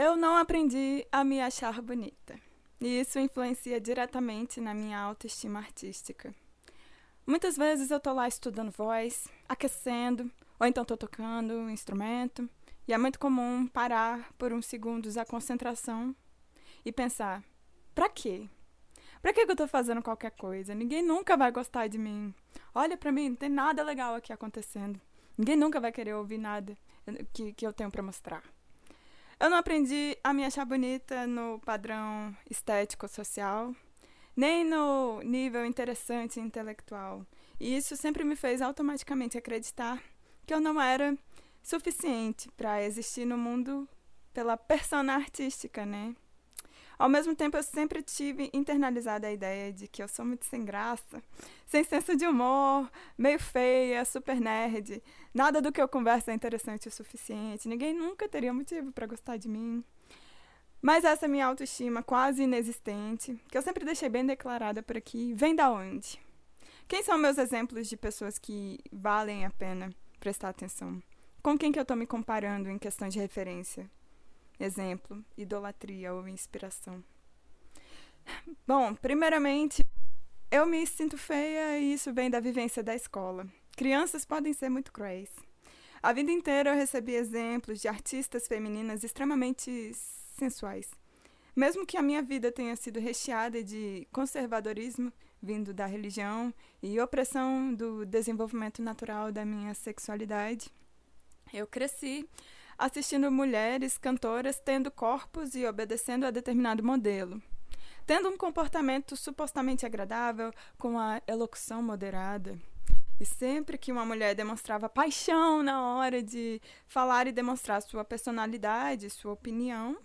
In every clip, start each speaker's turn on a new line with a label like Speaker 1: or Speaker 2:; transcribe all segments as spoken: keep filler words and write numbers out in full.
Speaker 1: Eu não aprendi a me achar bonita, e isso influencia diretamente na minha autoestima artística. Muitas vezes eu tô lá estudando voz, aquecendo, ou então tô tocando um instrumento, e é muito comum parar por uns segundos a concentração e pensar, pra quê? Pra que eu tô fazendo qualquer coisa? Ninguém nunca vai gostar de mim. Olha pra mim, não tem nada legal aqui acontecendo. Ninguém nunca vai querer ouvir nada que, que eu tenho pra mostrar. Eu não aprendi a me achar bonita no padrão estético-social, nem no nível interessante e intelectual. E isso sempre me fez automaticamente acreditar que eu não era suficiente para existir no mundo pela persona artística, né? Ao mesmo tempo, eu sempre tive internalizada a ideia de que eu sou muito sem graça, sem senso de humor, meio feia, super nerd. Nada do que eu converso é interessante o suficiente. Ninguém nunca teria motivo para gostar de mim. Mas essa minha autoestima quase inexistente, que eu sempre deixei bem declarada por aqui, vem da onde? Quem são meus exemplos de pessoas que valem a pena prestar atenção? Com quem que eu estou me comparando em questão de referência? Exemplo, idolatria ou inspiração. Bom, primeiramente, eu me sinto feia e isso vem da vivência da escola. Crianças podem ser muito cruéis. A vida inteira eu recebi exemplos de artistas femininas extremamente sensuais. Mesmo que a minha vida tenha sido recheada de conservadorismo vindo da religião e opressão do desenvolvimento natural da minha sexualidade, eu cresci assistindo mulheres cantoras tendo corpos e obedecendo a determinado modelo, tendo um comportamento supostamente agradável, com a elocução moderada. E sempre que uma mulher demonstrava paixão na hora de falar e demonstrar sua personalidade, sua opinião,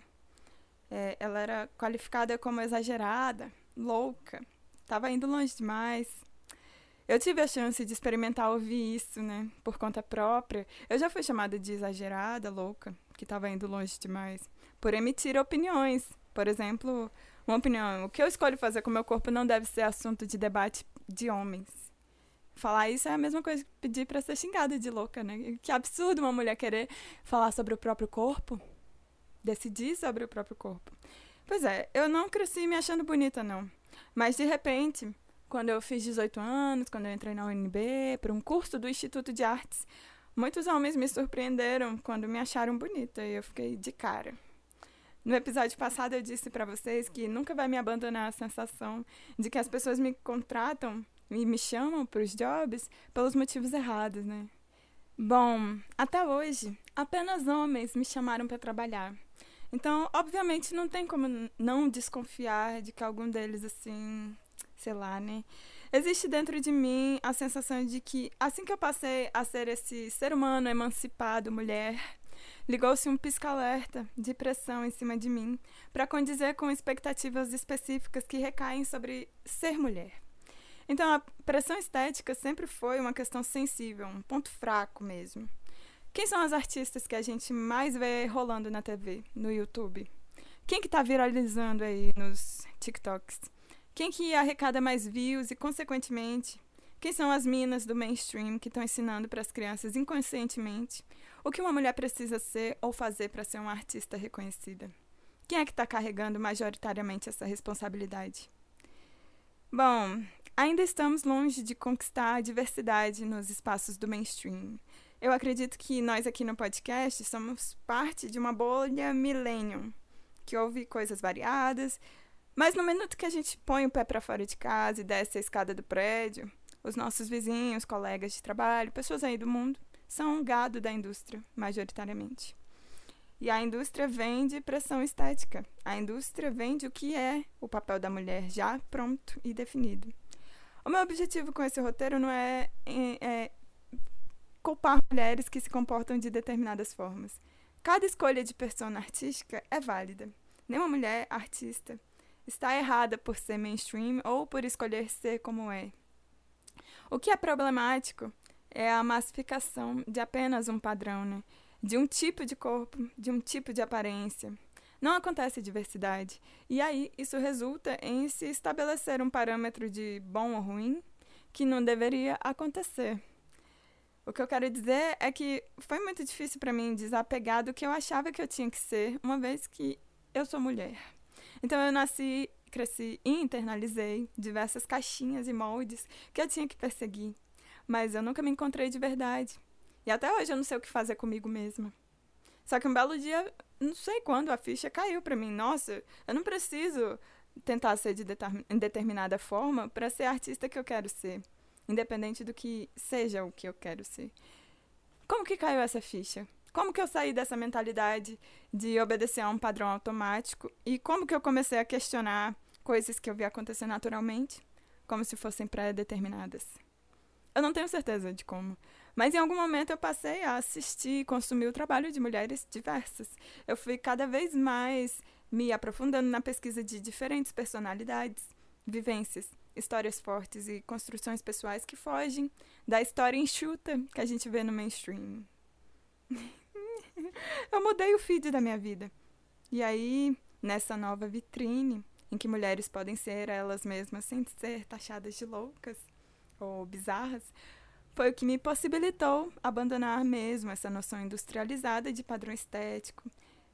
Speaker 1: é, ela era qualificada como exagerada, louca, estava indo longe demais. Eu tive a chance de experimentar ouvir isso, né, por conta própria. Eu já fui chamada de exagerada, louca, que estava indo longe demais, por emitir opiniões. Por exemplo, uma opinião, o que eu escolho fazer com o meu corpo não deve ser assunto de debate de homens. Falar isso é a mesma coisa que pedir para ser xingada de louca, né? Que absurdo uma mulher querer falar sobre o próprio corpo, decidir sobre o próprio corpo. Pois é, eu não cresci me achando bonita, não. Mas, de repente, quando eu fiz dezoito anos, quando eu entrei na U N B, para um curso do Instituto de Artes, muitos homens me surpreenderam quando me acharam bonita e eu fiquei de cara. No episódio passado eu disse para vocês que nunca vai me abandonar a sensação de que as pessoas me contratam e me chamam para os jobs pelos motivos errados, né? Bom, até hoje, apenas homens me chamaram para trabalhar. Então, obviamente, não tem como não desconfiar de que algum deles, assim, sei lá, né? Existe dentro de mim a sensação de que, assim que eu passei a ser esse ser humano emancipado, mulher, ligou-se um pisca-alerta de pressão em cima de mim para condizer com expectativas específicas que recaem sobre ser mulher. Então, a pressão estética sempre foi uma questão sensível, um ponto fraco mesmo. Quem são as artistas que a gente mais vê rolando na T V, no YouTube? Quem que tá viralizando aí nos TikToks? Quem que arrecada mais views e, consequentemente, quem são as minas do mainstream que estão ensinando para as crianças inconscientemente o que uma mulher precisa ser ou fazer para ser uma artista reconhecida? Quem é que está carregando majoritariamente essa responsabilidade? Bom, ainda estamos longe de conquistar a diversidade nos espaços do mainstream. Eu acredito que nós aqui no podcast somos parte de uma bolha millennium, que ouve coisas variadas, mas no minuto que a gente põe o pé para fora de casa e desce a escada do prédio, os nossos vizinhos, colegas de trabalho, pessoas aí do mundo, são um gado da indústria, majoritariamente. E a indústria vende pressão estética. A indústria vende o que é o papel da mulher já pronto e definido. O meu objetivo com esse roteiro não é, é, é culpar mulheres que se comportam de determinadas formas. Cada escolha de persona artística é válida. Nenhuma mulher artista está errada por ser mainstream ou por escolher ser como é. O que é problemático é a massificação de apenas um padrão, né? De um tipo de corpo, de um tipo de aparência. Não acontece diversidade. E aí, isso resulta em se estabelecer um parâmetro de bom ou ruim que não deveria acontecer. O que eu quero dizer é que foi muito difícil para mim desapegar do que eu achava que eu tinha que ser, uma vez que eu sou mulher. Então eu nasci, cresci e internalizei diversas caixinhas e moldes que eu tinha que perseguir. Mas eu nunca me encontrei de verdade. E até hoje eu não sei o que fazer comigo mesma. Só que um belo dia, não sei quando, a ficha caiu pra mim. Nossa, eu não preciso tentar ser de determinada forma para ser a artista que eu quero ser, independente do que seja o que eu quero ser. Como que caiu essa ficha? Como que eu saí dessa mentalidade de obedecer a um padrão automático e como que eu comecei a questionar coisas que eu via acontecer naturalmente, como se fossem pré-determinadas? Eu não tenho certeza de como, mas em algum momento eu passei a assistir e consumir o trabalho de mulheres diversas. Eu fui cada vez mais me aprofundando na pesquisa de diferentes personalidades, vivências, histórias fortes e construções pessoais que fogem da história enxuta que a gente vê no mainstream. Eu mudei o feed da minha vida. E aí, nessa nova vitrine, em que mulheres podem ser elas mesmas sem ser taxadas de loucas ou bizarras, foi o que me possibilitou abandonar mesmo essa noção industrializada de padrão estético.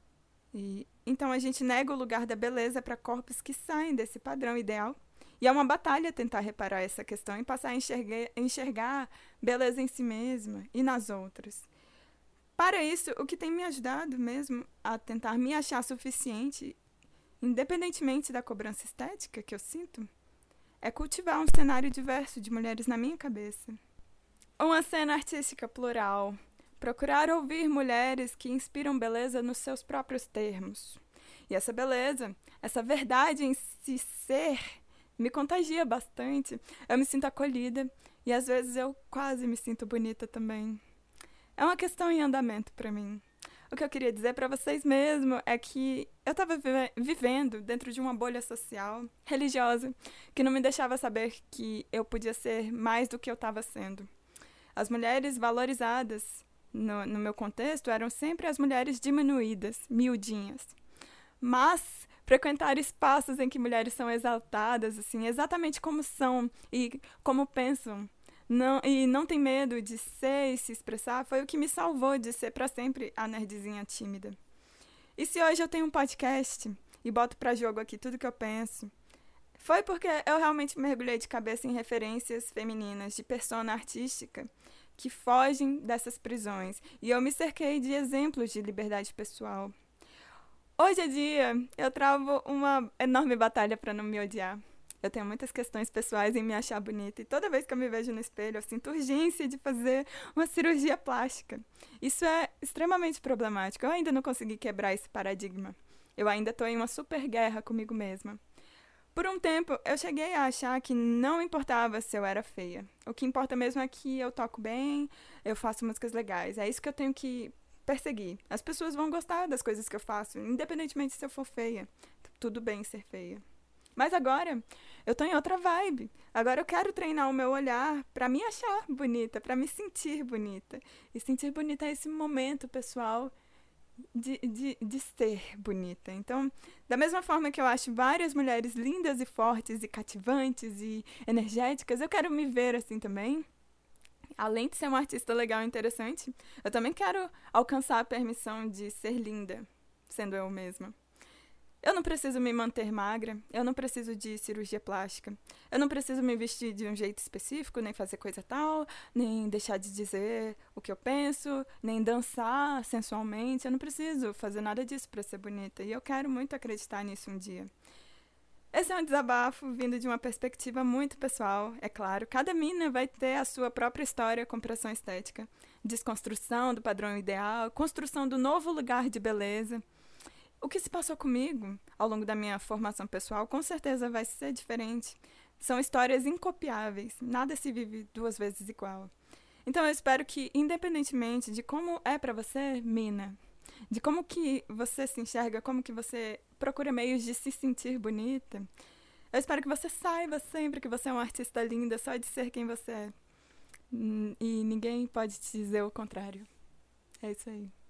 Speaker 1: E então a gente nega o lugar da beleza para corpos que saem desse padrão ideal. E é uma batalha tentar reparar essa questão e passar a enxergar, enxergar beleza em si mesma e nas outras. Para isso, o que tem me ajudado mesmo a tentar me achar suficiente, independentemente da cobrança estética que eu sinto, é cultivar um cenário diverso de mulheres na minha cabeça. Uma cena artística plural. Procurar ouvir mulheres que inspiram beleza nos seus próprios termos. E essa beleza, essa verdade em si ser, me contagia bastante. Eu me sinto acolhida e às vezes eu quase me sinto bonita também. É uma questão em andamento para mim. O que eu queria dizer para vocês mesmo é que eu estava vive- vivendo dentro de uma bolha social, religiosa, que não me deixava saber que eu podia ser mais do que eu estava sendo. As mulheres valorizadas no, no meu contexto eram sempre as mulheres diminuídas, miudinhas. Mas frequentar espaços em que mulheres são exaltadas, assim, exatamente como são e como pensam, não, e não tem medo de ser e se expressar, foi o que me salvou de ser para sempre a nerdzinha tímida. E se hoje eu tenho um podcast e boto para jogo aqui tudo que eu penso, foi porque eu realmente mergulhei de cabeça em referências femininas de persona artística que fogem dessas prisões, e eu me cerquei de exemplos de liberdade pessoal. Hoje em dia, eu travo uma enorme batalha para não me odiar. Eu tenho muitas questões pessoais em me achar bonita, e toda vez que eu me vejo no espelho, eu sinto urgência de fazer uma cirurgia plástica. Isso é extremamente problemático. Eu ainda não consegui quebrar esse paradigma. Eu ainda estou em uma super guerra comigo mesma. Por um tempo, eu cheguei a achar que não importava se eu era feia. O que importa mesmo é que eu toco bem, eu faço músicas legais. É isso que eu tenho que perseguir. As pessoas vão gostar das coisas que eu faço, independentemente se eu for feia. Tudo bem ser feia. Mas agora, eu tô em outra vibe. Agora eu quero treinar o meu olhar pra me achar bonita, pra me sentir bonita. E sentir bonita é esse momento pessoal de, de, de ser bonita. Então, da mesma forma que eu acho várias mulheres lindas e fortes e cativantes e energéticas, eu quero me ver assim também. Além de ser uma artista legal e interessante, eu também quero alcançar a permissão de ser linda, sendo eu mesma. Eu não preciso me manter magra, eu não preciso de cirurgia plástica, eu não preciso me vestir de um jeito específico, nem fazer coisa tal, nem deixar de dizer o que eu penso, nem dançar sensualmente, eu não preciso fazer nada disso para ser bonita, e eu quero muito acreditar nisso um dia. Esse é um desabafo vindo de uma perspectiva muito pessoal, é claro. Cada mina vai ter a sua própria história com pressão estética, desconstrução do padrão ideal, construção do novo lugar de beleza. O que se passou comigo ao longo da minha formação pessoal com certeza vai ser diferente. São histórias incopiáveis, nada se vive duas vezes igual. Então eu espero que, independentemente de como é pra você, mina, de como que você se enxerga, como que você procura meios de se sentir bonita, eu espero que você saiba sempre que você é uma artista linda só de ser quem você é. E ninguém pode te dizer o contrário. É isso aí.